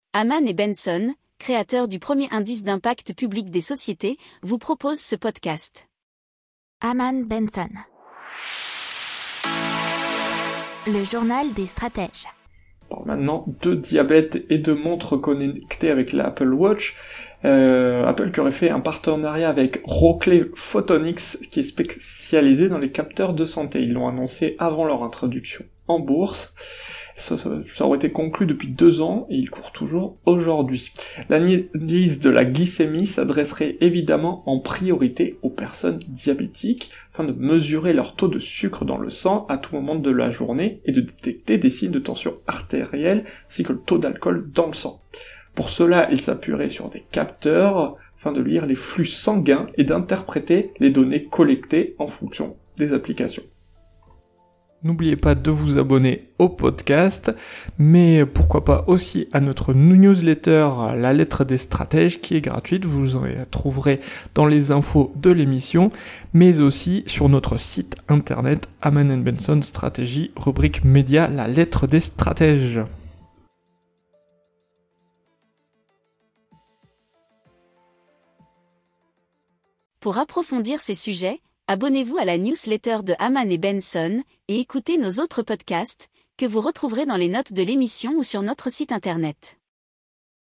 Hamann et Benson, créateurs du premier indice d'impact public des sociétés, vous proposent ce podcast. Hamann Benson. Le journal des stratèges. Alors maintenant, de diabète et de montres connectées avec l'Apple Watch. Apple qui aurait fait un partenariat avec Rockley Photonics qui est spécialisé dans les capteurs de santé. Ils l'ont annoncé avant leur introduction en bourse. Ça aurait été conclu depuis 2 ans et il court toujours aujourd'hui. L'analyse de la glycémie s'adresserait évidemment en priorité aux personnes diabétiques afin de mesurer leur taux de sucre dans le sang à tout moment de la journée et de détecter des signes de tension artérielle ainsi que le taux d'alcool dans le sang. Pour cela, il s'appuierait sur des capteurs afin de lire les flux sanguins et d'interpréter les données collectées en fonction des applications. N'oubliez pas de vous abonner au podcast, mais pourquoi pas aussi à notre newsletter La Lettre des Stratèges qui est gratuite, vous en trouverez dans les infos de l'émission, mais aussi sur notre site internet Hamann & Benson Stratégie, rubrique média La Lettre des Stratèges. Pour approfondir ces sujets, abonnez-vous à la newsletter de Hamann et Benson et écoutez nos autres podcasts que vous retrouverez dans les notes de l'émission ou sur notre site internet.